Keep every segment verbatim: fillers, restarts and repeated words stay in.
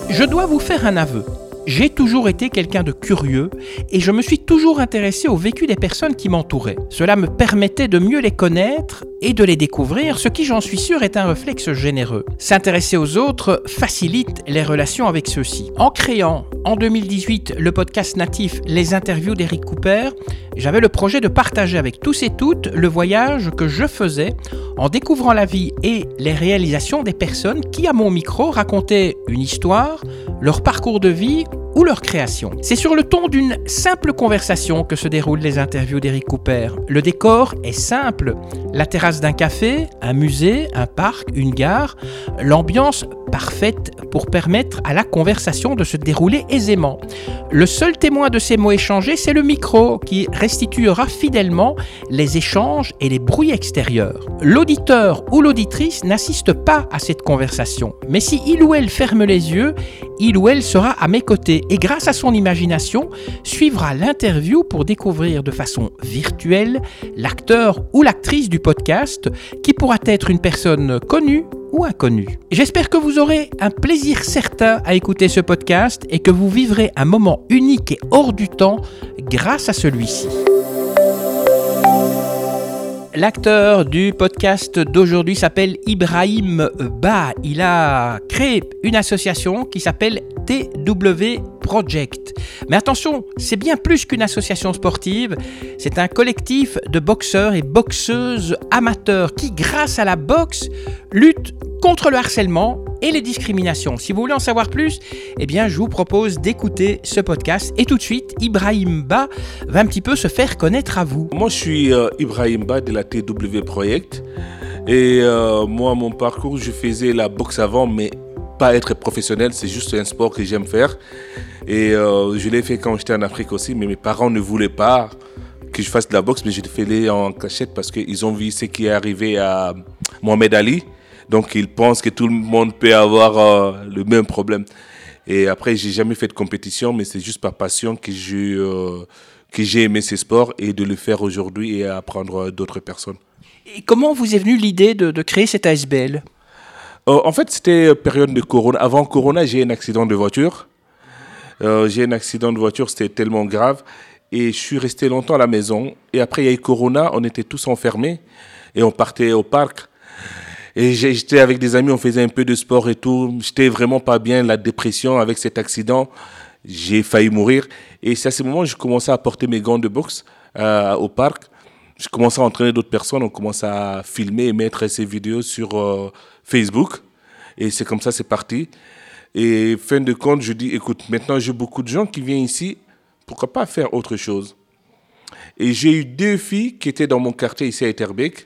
Je dois vous faire un aveu. J'ai toujours été quelqu'un de curieux et je me suis toujours intéressé au vécu des personnes qui m'entouraient. Cela me permettait de mieux les connaître et de les découvrir, ce qui, j'en suis sûr, est un réflexe généreux. S'intéresser aux autres facilite les relations avec ceux-ci. En créant, en deux mille dix-huit, le podcast natif Les interviews d'Eric Cooper, j'avais le projet de partager avec tous et toutes le voyage que je faisais en découvrant la vie et les réalisations des personnes qui, à mon micro, racontaient une histoire, leur parcours de vie ou leur création. C'est sur le ton d'une simple conversation que se déroulent les interviews d'Eric Cooper. Le décor est simple. La terrasse d'un café, un musée, un parc, une gare. L'ambiance parfaite pour permettre à la conversation de se dérouler aisément. Le seul témoin de ces mots échangés, c'est le micro qui restituera fidèlement les échanges et les bruits extérieurs. L'auditeur ou l'auditrice n'assiste pas à cette conversation. Mais si il ou elle ferme les yeux, il ou elle sera à mes côtés et grâce à son imagination, suivra l'interview pour découvrir de façon virtuelle l'acteur ou l'actrice du podcast qui pourra être une personne connue ou inconnue. J'espère que vous aurez un plaisir certain à écouter ce podcast et que vous vivrez un moment unique et hors du temps grâce à celui-ci. L'acteur du podcast d'aujourd'hui s'appelle Ibrahim Ba. Il a créé une association qui s'appelle T W Project. Mais attention, c'est bien plus qu'une association sportive. C'est un collectif de boxeurs et boxeuses amateurs qui, grâce à la boxe, luttent contre le harcèlement et les discriminations. Si vous voulez en savoir plus, eh bien, je vous propose d'écouter ce podcast. Et tout de suite, Ibrahim Ba va un petit peu se faire connaître à vous. Moi, je suis euh, Ibrahim Ba de la T W Project. Et euh, moi, mon parcours, je faisais la boxe avant, mais pas être professionnel. C'est juste un sport que j'aime faire. Et euh, je l'ai fait quand j'étais en Afrique aussi, mais mes parents ne voulaient pas que je fasse de la boxe, mais je le faisais en cachette parce qu'ils ont vu ce qui est arrivé à Mohamed Ali. Donc, ils pensent que tout le monde peut avoir euh, le même problème. Et après, j'ai jamais fait de compétition, mais c'est juste par passion que j'ai, euh, que j'ai aimé ces sports et de le faire aujourd'hui et apprendre d'autres personnes. Et comment vous est venue l'idée de, de créer cette A S B L ? euh, En fait, c'était période de Corona. Avant Corona, j'ai eu un accident de voiture. Euh, j'ai eu un accident de voiture, c'était tellement grave. Et je suis resté longtemps à la maison. Et après, il y a eu Corona, on était tous enfermés et on partait au parc. Et j'étais avec des amis, on faisait un peu de sport et tout. J'étais vraiment pas bien, la dépression avec cet accident. J'ai failli mourir. Et c'est à ce moment que je commençais à porter mes gants de boxe euh, au parc. Je commençais à entraîner d'autres personnes. On commençait à filmer et mettre ces vidéos sur euh, Facebook. Et c'est comme ça, c'est parti. Et fin de compte, je dis, écoute, maintenant j'ai beaucoup de gens qui viennent ici. Pourquoi pas faire autre chose ? Et j'ai eu deux filles qui étaient dans mon quartier ici à Etterbeek.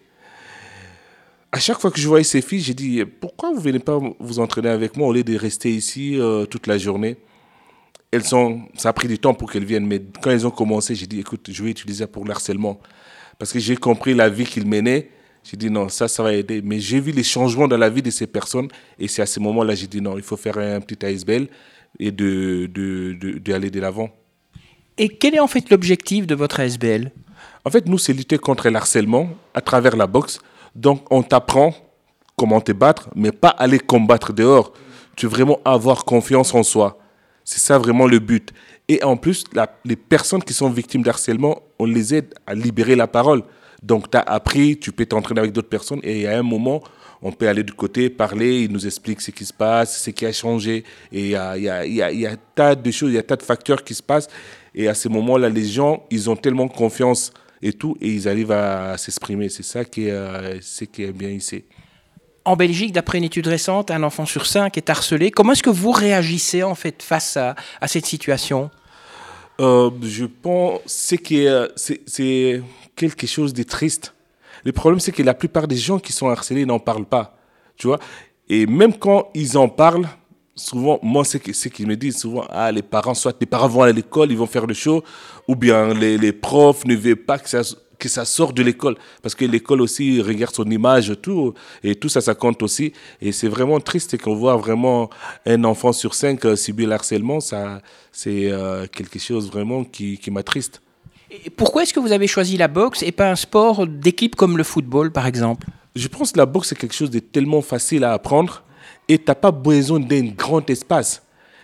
À chaque fois que je voyais ces filles, j'ai dit, pourquoi vous ne venez pas vous entraîner avec moi au lieu de rester ici euh, toute la journée ? Elles sont, ça a pris du temps pour qu'elles viennent, mais quand elles ont commencé, j'ai dit, écoute, je vais utiliser ça pour le harcèlement. Parce que j'ai compris la vie qu'ils menaient. J'ai dit, non, ça, ça va aider. Mais j'ai vu les changements dans la vie de ces personnes. Et c'est à ce moment-là, j'ai dit, non, il faut faire un petit A S B L et de, de, de, d'aller de l'avant. Et quel est en fait l'objectif de votre A S B L ? En fait, nous, c'est lutter contre le harcèlement à travers la boxe. Donc, on t'apprend comment te battre, mais pas aller combattre dehors. Tu veux vraiment avoir confiance en soi. C'est ça vraiment le but. Et en plus, la, les personnes qui sont victimes d'harcèlement, on les aide à libérer la parole. Donc, tu as appris, tu peux t'entraîner avec d'autres personnes et à un moment, on peut aller du côté, parler, ils nous expliquent ce qui se passe, ce qui a changé. Et il y a, y a, y a, y a tas de choses, il y a tas de facteurs qui se passent. Et à ce moment-là, les gens, ils ont tellement confiance et tout, et ils arrivent à s'exprimer. C'est ça qui est, euh, c'est qui est bien ici. En Belgique, d'après une étude récente, un enfant sur cinq est harcelé. Comment est-ce que vous réagissez en fait face à, à cette situation ? euh, Je pense c'est que c'est, c'est quelque chose de triste. Le problème, c'est que la plupart des gens qui sont harcelés n'en parlent pas, tu vois. Et même quand ils en parlent, souvent, moi, c'est ce qu'ils me disent souvent, ah, les parents, soit les parents vont à l'école, ils vont faire le show, ou bien les, les profs ne veulent pas que ça, que ça sorte de l'école. Parce que l'école aussi regarde son image, tout, et tout ça, ça compte aussi. Et c'est vraiment triste qu'on voit vraiment un enfant sur cinq subir le harcèlement. Ça, c'est euh, quelque chose vraiment qui, qui m'attriste. Et pourquoi est-ce que vous avez choisi la boxe et pas un sport d'équipe comme le football, par exemple ? Je pense que la boxe, c'est quelque chose de tellement facile à apprendre. Et tu n'as pas besoin d'un grand espace.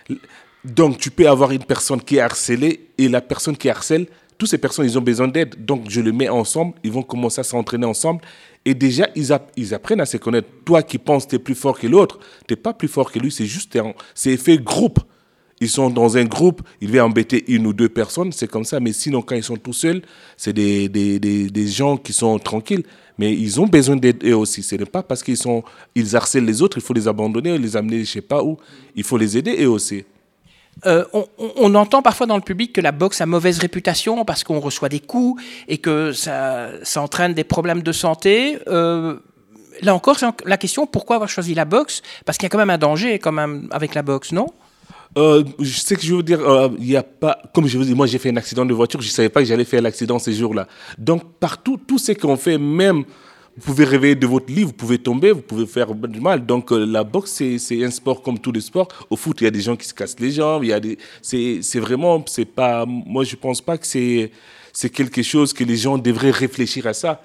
Donc, tu peux avoir une personne qui est harcelée et la personne qui harcèle, toutes ces personnes, ils ont besoin d'aide. Donc, je les mets ensemble, ils vont commencer à s'entraîner ensemble. Et déjà, ils, app- ils apprennent à se connaître. Toi qui penses que tu es plus fort que l'autre, tu n'es pas plus fort que lui, c'est juste un- c'est effet groupe. Ils sont dans un groupe, il va embêter une ou deux personnes, c'est comme ça. Mais sinon, quand ils sont tout seuls, c'est des, des, des, des gens qui sont tranquilles. Mais ils ont besoin d'aide eux aussi. Ce n'est pas parce qu'ils sont, ils harcèlent les autres, il faut les abandonner, les amener je ne sais pas où. Il faut les aider eux aussi. Euh, on, on- on entend parfois dans le public que la boxe a mauvaise réputation parce qu'on reçoit des coups et que ça, ça entraîne des problèmes de santé. Euh, là encore, c'est la question, pourquoi avoir choisi la boxe? Parce qu'il y a quand même un danger quand même avec la boxe, non? Euh, je sais que je veux dire, euh, il y a pas, comme je vous dis, moi j'ai fait un accident de voiture, je ne savais pas que j'allais faire l'accident ces jours-là. Donc partout, tout ce qu'on fait, même, vous pouvez réveiller de votre lit, vous pouvez tomber, vous pouvez faire du mal. Donc euh, la boxe, c'est, c'est un sport comme tous les sports. Au foot, il y a des gens qui se cassent les jambes, il y a des, c'est, c'est vraiment, c'est pas, moi je pense pas que c'est, c'est quelque chose que les gens devraient réfléchir à ça.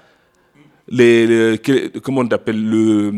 Les, les- que- comment on appelle le,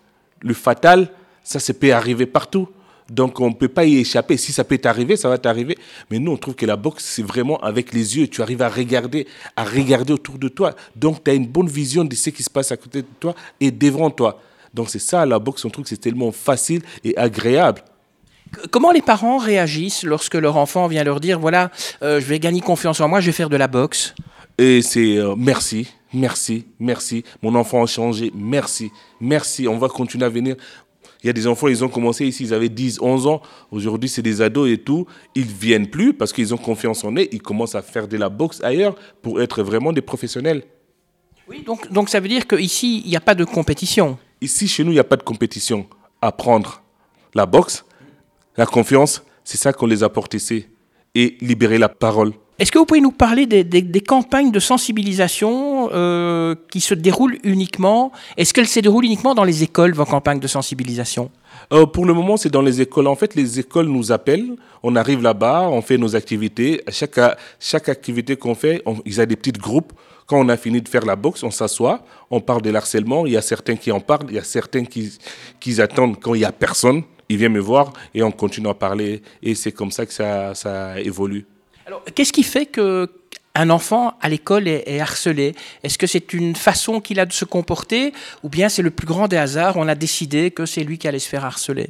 le fatal, ça, ça peut arriver partout. Donc, on ne peut pas y échapper. Si ça peut t'arriver, ça va t'arriver. Mais nous, on trouve que la boxe, c'est vraiment avec les yeux. Tu arrives à regarder, à regarder autour de toi. Donc, tu as une bonne vision de ce qui se passe à côté de toi et devant toi. Donc, c'est ça, la boxe, on trouve que c'est tellement facile et agréable. C- Comment les parents réagissent lorsque leur enfant vient leur dire, voilà, euh, je vais gagner confiance en moi, je vais faire de la boxe? Et c'est euh, merci, merci, merci. Mon enfant a changé, merci, merci. On va continuer à venir. Il y a des enfants, ils ont commencé ici, ils avaient dix, onze ans. Aujourd'hui, c'est des ados et tout. Ils ne viennent plus parce qu'ils ont confiance en eux. Ils commencent à faire de la boxe ailleurs pour être vraiment des professionnels. Oui, donc, donc ça veut dire qu'ici, il n'y a pas de compétition. Ici, chez nous, il n'y a pas de compétition. Apprendre la boxe, la confiance, c'est ça qu'on les apporte ici. Et libérer la parole. Est-ce que vous pouvez nous parler des, des- des campagnes de sensibilisation euh, qui se déroulent uniquement? Est-ce qu'elles se déroulent uniquement dans les écoles, vos campagnes de sensibilisation? Euh, pour le moment, c'est dans les écoles. En fait, les écoles nous appellent. On arrive là-bas, on fait nos activités. À chaque, chaque activité qu'on fait, on, ils ont des petits groupes. Quand on a fini de faire la boxe, on s'assoit, on parle de l'harcèlement. Il y a certains qui en parlent, il y a certains qui, qui attendent quand il n'y a personne. Ils viennent me voir et on continue à parler. Et c'est comme ça que ça, ça évolue. Alors, qu'est-ce qui fait que un enfant à l'école est, est harcelé? Est-ce que c'est une façon qu'il a de se comporter ou bien c'est le plus grand des hasards? On a décidé que c'est lui qui allait se faire harceler.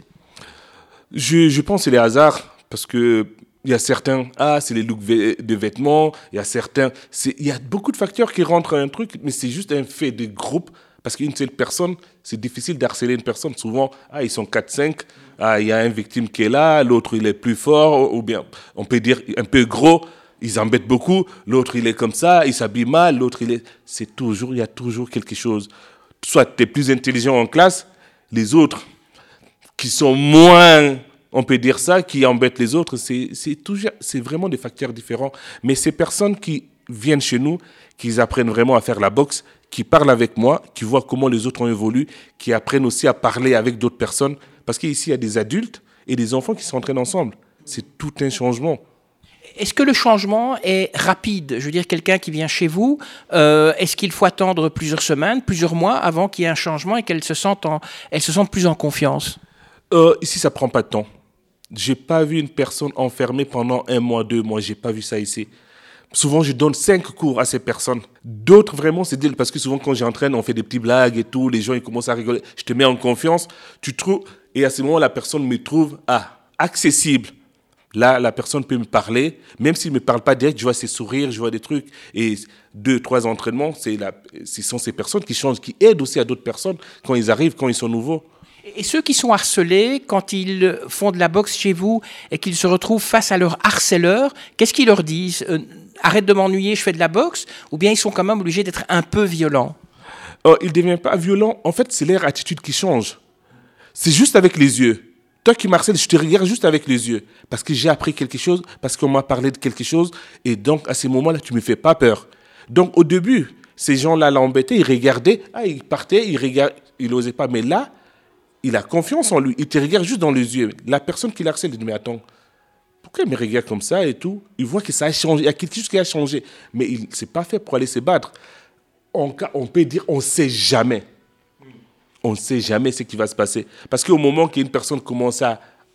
Je, je pense que c'est les hasards parce que il y a certains, ah, c'est les looks vê- de vêtements, il y a certains, c'est, il y a beaucoup de facteurs qui rentrent à un truc, mais c'est juste un fait de groupe parce qu'une seule personne, c'est difficile d'harceler une personne. Souvent, ah, ils sont quatre cinq, ah, il y a une victime qui est là, l'autre il est plus fort, ou bien on peut dire un peu gros, ils embêtent beaucoup, l'autre il est comme ça, il s'habille mal, l'autre il est. C'est toujours, il y a toujours quelque chose. Soit tu es plus intelligent en classe, les autres qui sont moins, on peut dire ça, qui embêtent les autres, c'est, c'est, toujours, c'est vraiment des facteurs différents. Mais ces personnes qui viennent chez nous, qui apprennent vraiment à faire la boxe, qui parlent avec moi, qui voient comment les autres ont évolué, qui apprennent aussi à parler avec d'autres personnes. Parce qu'ici, il y a des adultes et des enfants qui s'entraînent ensemble. C'est tout un changement. Est-ce que le changement est rapide? Je veux dire, quelqu'un qui vient chez vous, euh, est-ce qu'il faut attendre plusieurs semaines, plusieurs mois avant qu'il y ait un changement et qu'elle se sente, en, elle se sente plus en confiance? Euh, ici, ça prend pas de temps. J'ai pas vu une personne enfermée pendant un mois, deux mois. J'ai pas vu ça ici. Souvent, je donne cinq cours à ces personnes. D'autres, vraiment, c'est dire, parce que souvent, quand j'entraîne, on fait des petites blagues et tout. Les gens, ils commencent à rigoler. Je te mets en confiance. Tu trouves, et à ce moment, la personne me trouve, ah, accessible. Là, la personne peut me parler. Même s'il ne me parle pas direct, je vois ses sourires, je vois des trucs. Et deux, trois entraînements, c'est la, ce sont ces personnes qui changent, qui aident aussi à d'autres personnes quand ils arrivent, quand ils sont nouveaux. Et ceux qui sont harcelés, quand ils font de la boxe chez vous et qu'ils se retrouvent face à leur harceleur, qu'est-ce qu'ils leur disent? Euh, Arrête de m'ennuyer, je fais de la boxe? Ou bien ils sont quand même obligés d'être un peu violents? Oh, ils ne deviennent pas violents. En fait, c'est leur attitude qui change. C'est juste avec les yeux. Toi qui m'harcèles, je te regarde juste avec les yeux. Parce que j'ai appris quelque chose, parce qu'on m'a parlé de quelque chose. Et donc, à ces moments-là, tu ne me fais pas peur. Donc, au début, ces gens-là l'embêtaient, ils regardaient, ah, ils partaient, ils regard... ils n'osaient pas. Mais là, il a confiance en lui. Il te regarde juste dans les yeux. La personne qui l'harcèle, il dit, mais attends, pourquoi il me regarde comme ça et tout? Il voit que ça a changé. Il y a quelque chose qui a changé. Mais il ne s'est pas fait pour aller se battre. On, on peut dire, on ne sait jamais. On ne sait jamais ce qui va se passer. Parce qu'au moment qu'une personne commence à,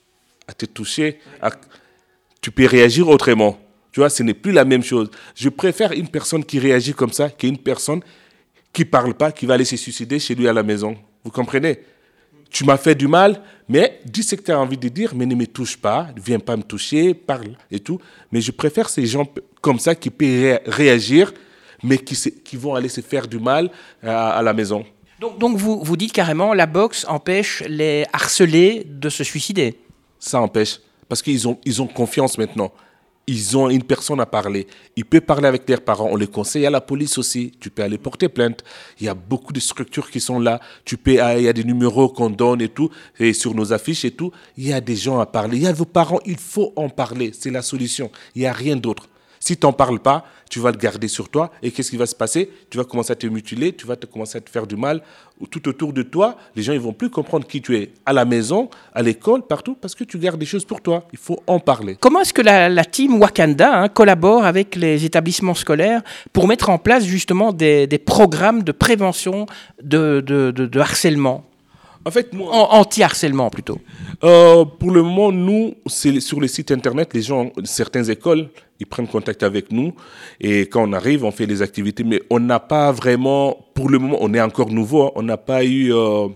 à te toucher, à... tu peux réagir autrement. Tu vois, ce n'est plus la même chose. Je préfère une personne qui réagit comme ça qu'une personne qui ne parle pas, qui va aller se suicider chez lui à la maison. Vous comprenez? Tu m'as fait du mal, mais dis ce que tu as envie de dire, mais ne me touche pas, ne viens pas me toucher, parle et tout. Mais je préfère ces gens comme ça qui peuvent ré- réagir, mais qui, se, qui vont aller se faire du mal à, à la maison. Donc, donc vous, vous dites carrément la boxe empêche les harcelés de se suicider. Ça empêche, parce qu'ils ont, ils ont confiance maintenant. Ils ont une personne à parler. Ils peuvent parler avec leurs parents. On les conseille à la police aussi. Tu peux aller porter plainte. Il y a beaucoup de structures qui sont là. Tu peux, il y a des numéros qu'on donne et tout, et sur nos affiches et tout. Il y a des gens à parler. Il y a vos parents. Il faut en parler. C'est la solution. Il n'y a rien d'autre. Si tu n'en parles pas, tu vas le garder sur toi. Et qu'est-ce qui va se passer? Tu vas commencer à te mutiler. Tu vas te commencer à te faire du mal. Tout autour de toi, les gens ne vont plus comprendre qui tu es. À la maison, à l'école, partout, parce que tu gardes des choses pour toi. Il faut en parler. Comment est-ce que la, la team Wakanda hein, collabore avec les établissements scolaires pour mettre en place justement des, des programmes de prévention de, de, de, de harcèlement? En fait, moi, en, anti-harcèlement plutôt. Euh, pour le moment, nous, c'est sur les sites internet, les gens, certaines écoles, ils prennent contact avec nous et quand on arrive, on fait les activités, mais on n'a pas vraiment, pour le moment, on est encore nouveau, hein, on n'a pas eu, euh,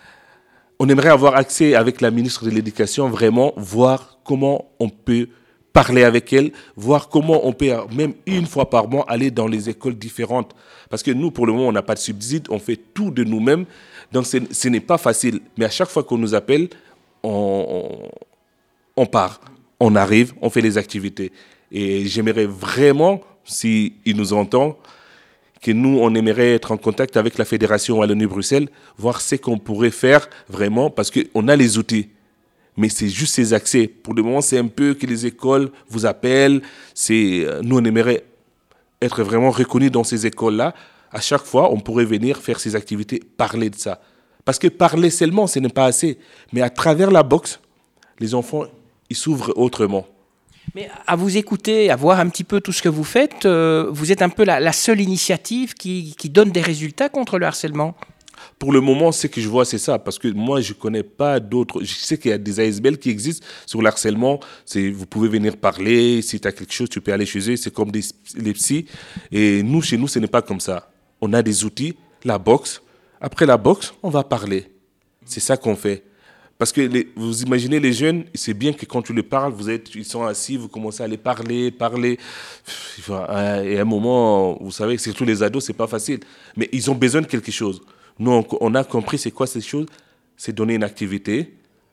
on aimerait avoir accès avec la ministre de l'Éducation, vraiment voir comment on peut parler avec elle, voir comment on peut, même une fois par mois, aller dans les écoles différentes. Parce que nous, pour le moment, on n'a pas de subside, on fait tout de nous-mêmes. Donc, ce, ce n'est pas facile. Mais à chaque fois qu'on nous appelle, on, on, on part, on arrive, on fait les activités. Et j'aimerais vraiment, s'ils nous entendent, que nous, on aimerait être en contact avec la Fédération Wallonie-Bruxelles, voir ce qu'on pourrait faire vraiment, parce qu'on a les outils. Mais c'est juste ces accès. Pour le moment, c'est un peu que les écoles vous appellent. C'est, nous, on aimerait être vraiment reconnus dans ces écoles-là. À chaque fois, on pourrait venir faire ces activités, parler de ça. Parce que parler seulement, ce n'est pas assez. Mais à travers la boxe, les enfants, ils s'ouvrent autrement. Mais à vous écouter, à voir un petit peu tout ce que vous faites, euh, vous êtes un peu la, la seule initiative qui, qui donne des résultats contre le harcèlement. Pour le moment, ce que je vois, c'est ça. Parce que moi, je ne connais pas d'autres. Je sais qu'il y a des A S B L qui existent sur le harcèlement. C'est, vous pouvez venir parler. Si tu as quelque chose, tu peux aller chez eux. C'est comme des, les psys. Et nous, chez nous, ce n'est pas comme ça. On a des outils, la boxe. Après la boxe, on va parler. C'est ça qu'on fait. Parce que les, vous imaginez les jeunes, c'est bien que quand tu les parles, vous êtes, ils sont assis, vous commencez à les parler, parler. Et à un moment, vous savez, surtout les ados, c'est pas facile. Mais ils ont besoin de quelque chose. Nous, on, on a compris c'est quoi ces choses. C'est donner une activité.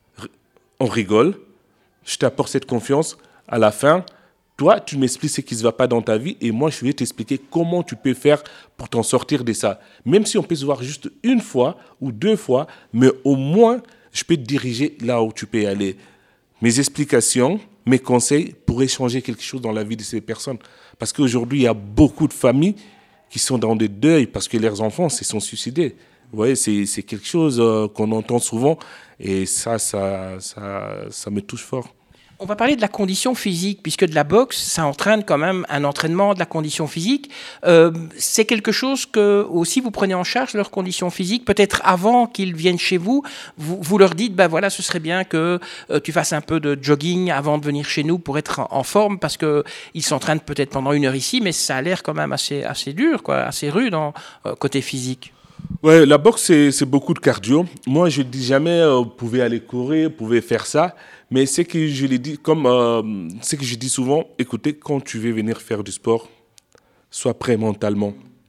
On rigole. Je t'apporte cette confiance. À la fin, toi, tu m'expliques ce qui ne va pas dans ta vie et moi, je vais t'expliquer comment tu peux faire pour t'en sortir de ça. Même si on peut se voir juste une fois ou deux fois, mais au moins, je peux te diriger là où tu peux aller. Mes explications, mes conseils pourraient changer quelque chose dans la vie de ces personnes. Parce qu'aujourd'hui, il y a beaucoup de familles qui sont dans des deuils parce que leurs enfants se sont suicidés. Vous voyez, c'est, c'est quelque chose euh, qu'on entend souvent et ça, ça, ça, ça me touche fort. On va parler de la condition physique, puisque de la boxe, ça entraîne quand même un entraînement de la condition physique. Euh, c'est quelque chose que aussi vous prenez en charge, leur condition physique, peut-être avant qu'ils viennent chez vous, vous, vous leur dites, ben voilà, ce serait bien que euh, tu fasses un peu de jogging avant de venir chez nous pour être en, en forme, parce qu'ils s'entraînent peut-être pendant une heure ici, mais ça a l'air quand même assez, assez dur, quoi, assez rude en euh, côté physique. Ouais, la boxe, c'est, c'est beaucoup de cardio. Moi, je ne dis jamais, euh, vous pouvez aller courir, vous pouvez faire ça. Mais c'est que je l'ai dit, comme euh, c'est que je dis souvent, écoutez, quand tu veux venir faire du sport, sois prêt mentalement.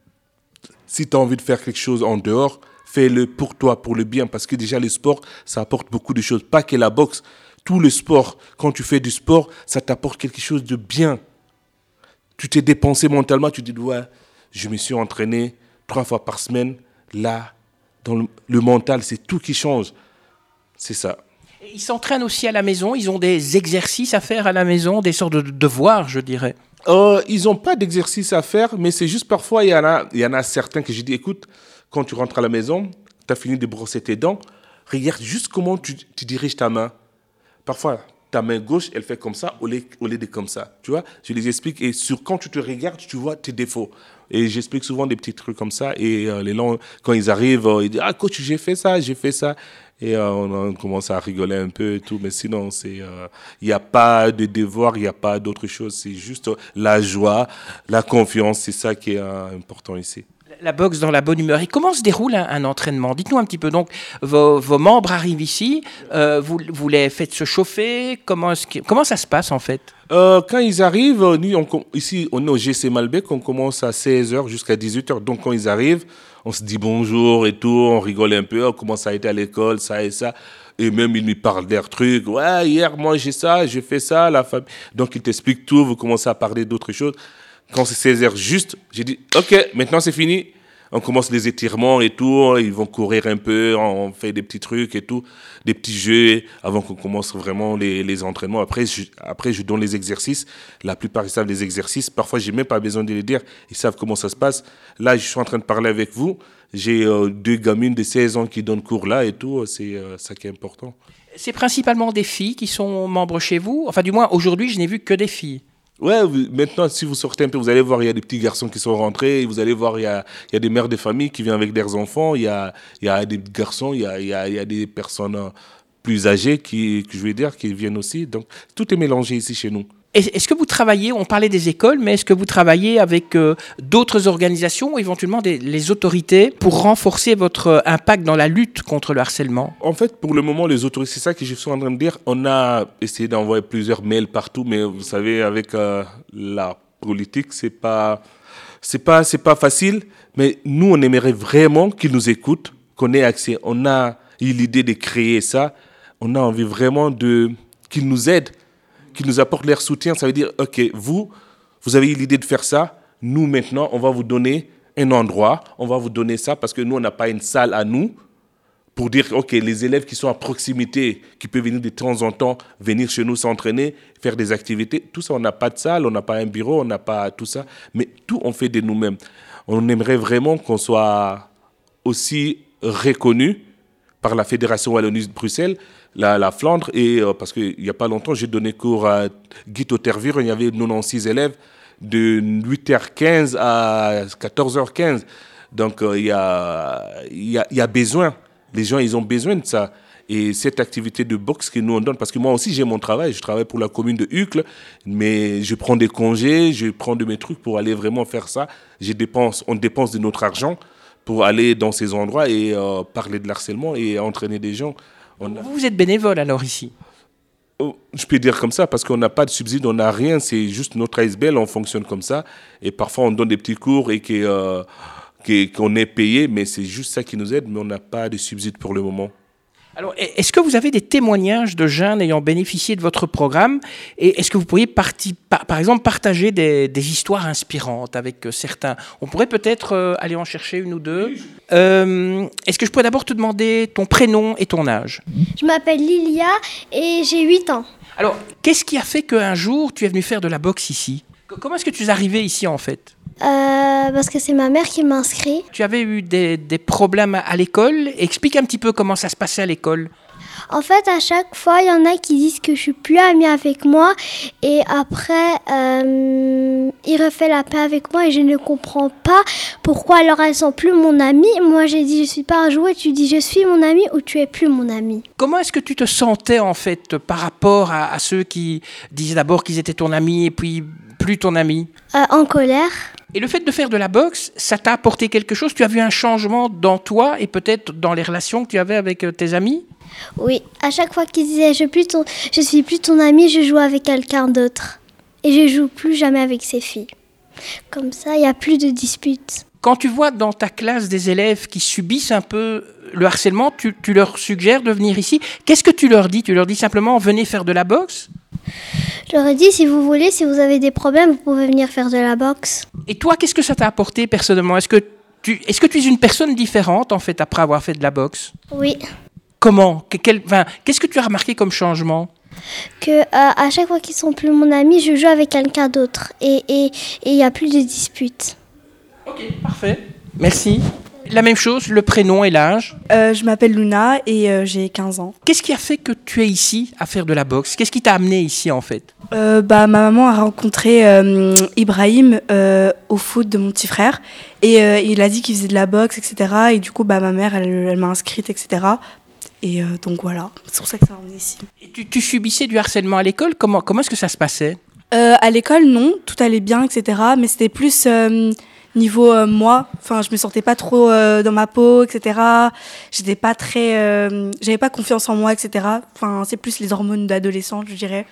Si tu as envie de faire quelque chose en dehors, fais-le pour toi, pour le bien. Parce que déjà, le sport, ça apporte beaucoup de choses. Pas que la boxe. Tout le sport, quand tu fais du sport, ça t'apporte quelque chose de bien. Tu t'es dépensé mentalement, tu te dis, ouais, je me suis entraîné trois fois par semaine. Là, dans le, le mental, c'est tout qui change. C'est ça. Ils s'entraînent aussi à la maison, ils ont des exercices à faire à la maison, des sortes de devoirs, je dirais. Euh, ils n'ont pas d'exercice à faire, mais c'est juste parfois, il y en a, il y en a certains que je dis, écoute, quand tu rentres à la maison, tu as fini de brosser tes dents, regarde juste comment tu, tu diriges ta main. Parfois, ta main gauche, elle fait comme ça au lieu, au lieu de comme ça. Tu vois, je les explique. Et sur, quand tu te regardes, tu vois tes défauts. Et j'explique souvent des petits trucs comme ça. Et euh, les gens, quand ils arrivent, euh, ils disent « Ah, coach, j'ai fait ça, j'ai fait ça. » Et euh, on, on commence à rigoler un peu et tout. Mais sinon, il n'y euh, a pas de devoir, il n'y a pas d'autre chose. C'est juste la joie, la confiance. C'est ça qui est euh, important ici. La boxe dans la bonne humeur. Et comment se déroule un, un entraînement? Dites-nous un petit peu. Donc, vos, vos membres arrivent ici, euh, vous, vous les faites se chauffer. Comment, est-ce que, comment ça se passe en fait? euh, Quand ils arrivent, nous, on, ici, on est au G C Malbec, on commence à seize heures jusqu'à dix-huit heures. Donc, quand ils arrivent, on se dit bonjour et tout, on rigole un peu, comment ça a été à l'école, ça et ça. Et même, ils nous parlent des trucs. Ouais, hier, moi, j'ai ça, j'ai fait ça, la famille. Donc, ils t'expliquent tout, vous commencez à parler d'autres choses. Quand c'est seize heures juste, j'ai dit, OK, maintenant c'est fini. On commence les étirements et tout. Ils vont courir un peu, on fait des petits trucs et tout, des petits jeux avant qu'on commence vraiment les, les entraînements. Après je, après, je donne les exercices. La plupart, ils savent les exercices. Parfois, je n'ai même pas besoin de les dire. Ils savent comment ça se passe. Là, je suis en train de parler avec vous. J'ai euh, deux gamines de seize ans qui donnent cours là et tout. C'est euh, ça qui est important. C'est principalement des filles qui sont membres chez vous? Enfin, du moins, aujourd'hui, je n'ai vu que des filles. Ouais, maintenant, si vous sortez un peu, vous allez voir, il y a des petits garçons qui sont rentrés. Et vous allez voir, il y a, il y a des mères de famille qui viennent avec leurs enfants. Il y a, il y a des garçons, il y a, il y a, il y a des personnes plus âgées qui, que je vais dire, qui viennent aussi. Donc, tout est mélangé ici chez nous. Est-ce que vous travaillez, on parlait des écoles, mais est-ce que vous travaillez avec euh, d'autres organisations ou éventuellement des, les autorités pour renforcer votre impact dans la lutte contre le harcèlement? En fait, pour le moment, les autorités, c'est ça que je suis en train de dire. On a essayé d'envoyer plusieurs mails partout, mais vous savez, avec euh, la politique, c'est pas, c'est pas, c'est pas facile. Mais nous, on aimerait vraiment qu'ils nous écoutent, qu'on ait accès. On a eu l'idée de créer ça. On a envie vraiment de qu'ils nous aident, qui nous apportent leur soutien. Ça veut dire, OK, vous, vous avez eu l'idée de faire ça. Nous, maintenant, on va vous donner un endroit. On va vous donner ça parce que nous, on n'a pas une salle à nous pour dire, OK, les élèves qui sont à proximité, qui peuvent venir de temps en temps, venir chez nous s'entraîner, faire des activités. Tout ça, on n'a pas de salle, on n'a pas un bureau, on n'a pas tout ça. Mais tout, on fait de nous-mêmes. On aimerait vraiment qu'on soit aussi reconnu par la Fédération Wallonie de Bruxelles, la, la Flandre, et euh, parce qu'il n'y a pas longtemps, j'ai donné cours à Guy Tervire, il y avait quatre-vingt-seize élèves de huit heures quinze à quatorze heures quinze. Donc, il euh, y, a, y, a, y a besoin, les gens, ils ont besoin de ça. Et cette activité de boxe que nous, on donne, parce que moi aussi, j'ai mon travail, je travaille pour la commune de Uccle, mais je prends des congés, je prends de mes trucs pour aller vraiment faire ça. Je dépense, on dépense de notre argent pour aller dans ces endroits et euh, parler de l'harcèlement et entraîner des gens. On a... Vous êtes bénévole alors ici? Oh, je peux dire comme ça parce qu'on n'a pas de subside, on n'a rien, c'est juste notre A S B L, on fonctionne comme ça. Et parfois on donne des petits cours et que, euh, que, qu'on est payé, mais c'est juste ça qui nous aide, mais on n'a pas de subside pour le moment. Alors, est-ce que vous avez des témoignages de jeunes ayant bénéficié de votre programme? Et est-ce que vous pourriez, parti, par, par exemple, partager des, des histoires inspirantes avec certains? On pourrait peut-être euh, aller en chercher une ou deux. Euh, est-ce que je pourrais d'abord te demander ton prénom et ton âge? Je m'appelle Lilia et j'ai huit ans. Alors, qu'est-ce qui a fait qu'un jour, tu es venu faire de la boxe ici? Comment est-ce que tu es arrivé ici, en fait? Euh, parce que c'est ma mère qui m'a inscrit. Tu avais eu des, des problèmes à l'école. Explique un petit peu comment ça se passait à l'école. En fait, à chaque fois, il y en a qui disent que je suis plus amie avec moi. Et après, euh, il refait la paix avec moi et je ne comprends pas pourquoi alors elles sont plus mon amie. Moi, j'ai dit je suis pas un jouet. Tu dis je suis mon amie ou tu es plus mon amie. Comment est-ce que tu te sentais en fait par rapport à, à ceux qui disaient d'abord qu'ils étaient ton ami et puis plus ton ami? euh, En colère. Et le fait de faire de la boxe, ça t'a apporté quelque chose? Tu as vu un changement dans toi et peut-être dans les relations que tu avais avec tes amis? Oui, à chaque fois qu'ils disaient je, plus ton, je suis plus ton ami, je joue avec quelqu'un d'autre. Et je joue plus jamais avec ces filles. Comme ça, il n'y a plus de disputes. Quand tu vois dans ta classe des élèves qui subissent un peu le harcèlement, tu, tu leur suggères de venir ici. Qu'est-ce que tu leur dis? Tu leur dis simplement venez faire de la boxe? Je leur ai dit, si vous voulez, si vous avez des problèmes, vous pouvez venir faire de la boxe. Et toi, qu'est-ce que ça t'a apporté personnellement? Est-ce que tu, est-ce que tu es une personne différente, en fait, après avoir fait de la boxe? Oui. Comment? Quel, enfin, qu'est-ce que tu as remarqué comme changement? Que euh, à chaque fois qu'ils sont plus mon ami, je joue avec quelqu'un d'autre. Et il et, et n'y a plus de disputes. Ok, parfait. Merci. La même chose, le prénom et l'âge. Euh, je m'appelle Luna et euh, j'ai quinze ans. Qu'est-ce qui a fait que tu es ici à faire de la boxe? Qu'est-ce qui t'a amené ici en fait? euh, bah, Ma maman a rencontré euh, Ibrahim euh, au foot de mon petit frère et euh, il a dit qu'il faisait de la boxe, et cetera. Et du coup, bah, ma mère, elle, elle m'a inscrite, et cetera. Et euh, donc voilà, c'est pour ça que ça m'a amené ici. Et tu, tu subissais du harcèlement à l'école? Comment, comment est-ce que ça se passait? euh, À l'école, non, tout allait bien, et cetera. Mais c'était plus... Euh, Niveau euh, moi, enfin, je me sentais pas trop euh, dans ma peau, et cetera. J'étais pas très, euh, j'avais pas confiance en moi, et cetera. Enfin, c'est plus les hormones d'adolescent, je dirais.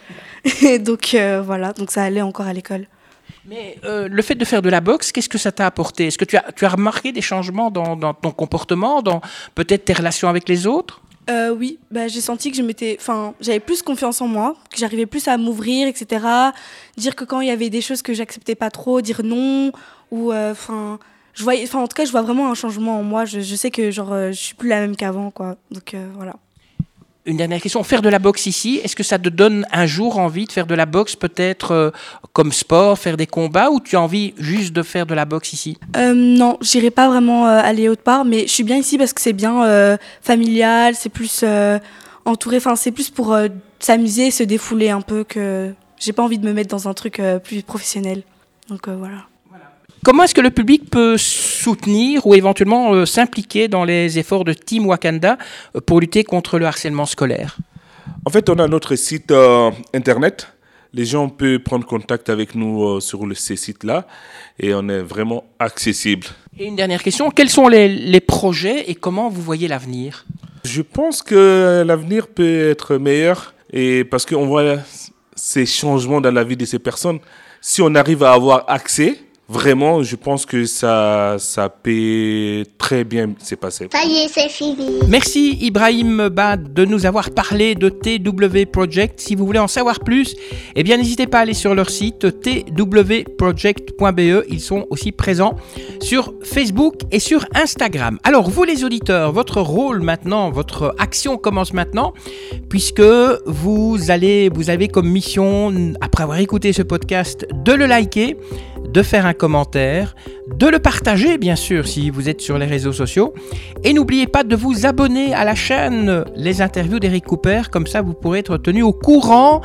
donc euh, voilà, donc ça allait encore à l'école. Mais euh, le fait de faire de la boxe, qu'est-ce que ça t'a apporté? Est-ce que tu as, tu as remarqué des changements dans, dans ton comportement, dans peut-être tes relations avec les autres? Euh, oui, bah, j'ai senti que je m'étais, enfin, j'avais plus confiance en moi, que j'arrivais plus à m'ouvrir, et cetera. Dire que quand il y avait des choses que j'acceptais pas trop, dire non, ou enfin, euh, je voyais, enfin, en tout cas, je vois vraiment un changement en moi. Je, je sais que genre, euh, je suis plus la même qu'avant, quoi. Donc euh, voilà. Une dernière question, faire de la boxe ici, est-ce que ça te donne un jour envie de faire de la boxe peut-être euh, comme sport, faire des combats, ou tu as envie juste de faire de la boxe ici? euh, Non, j'irai pas vraiment euh, aller autre part, mais je suis bien ici parce que c'est bien euh, familial, c'est plus euh, entouré, enfin c'est plus pour euh, s'amuser, se défouler un peu, que j'ai pas envie de me mettre dans un truc euh, plus professionnel. Donc euh, voilà. Comment est-ce que le public peut soutenir ou éventuellement euh, s'impliquer dans les efforts de Team Wakanda euh, pour lutter contre le harcèlement scolaire? En fait, on a notre site euh, internet. Les gens peuvent prendre contact avec nous euh, sur le, ces sites-là et on est vraiment accessible. Et une dernière question, quels sont les, les projets et comment vous voyez l'avenir? Je pense que l'avenir peut être meilleur et parce qu'on voit ces changements dans la vie de ces personnes. Si on arrive à avoir accès, vraiment, je pense que ça, ça peut très bien se passer. Ça y est, c'est fini. Merci Ibrahim bah, de nous avoir parlé de T W Project. Si vous voulez en savoir plus, eh bien n'hésitez pas à aller sur leur site t w project point b e. Ils sont aussi présents sur Facebook et sur Instagram. Alors vous les auditeurs, votre rôle maintenant, votre action commence maintenant, puisque vous allez, vous avez comme mission, après avoir écouté ce podcast, de le liker, de faire un commentaire, de le partager bien sûr si vous êtes sur les réseaux sociaux et n'oubliez pas de vous abonner à la chaîne Les Interviews d'Eric Cooper, comme ça vous pourrez être tenu au courant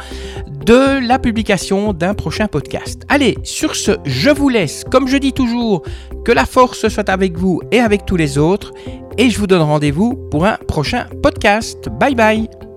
de la publication d'un prochain podcast. Allez, sur ce, je vous laisse, comme je dis toujours, que la force soit avec vous et avec tous les autres et je vous donne rendez-vous pour un prochain podcast. Bye bye.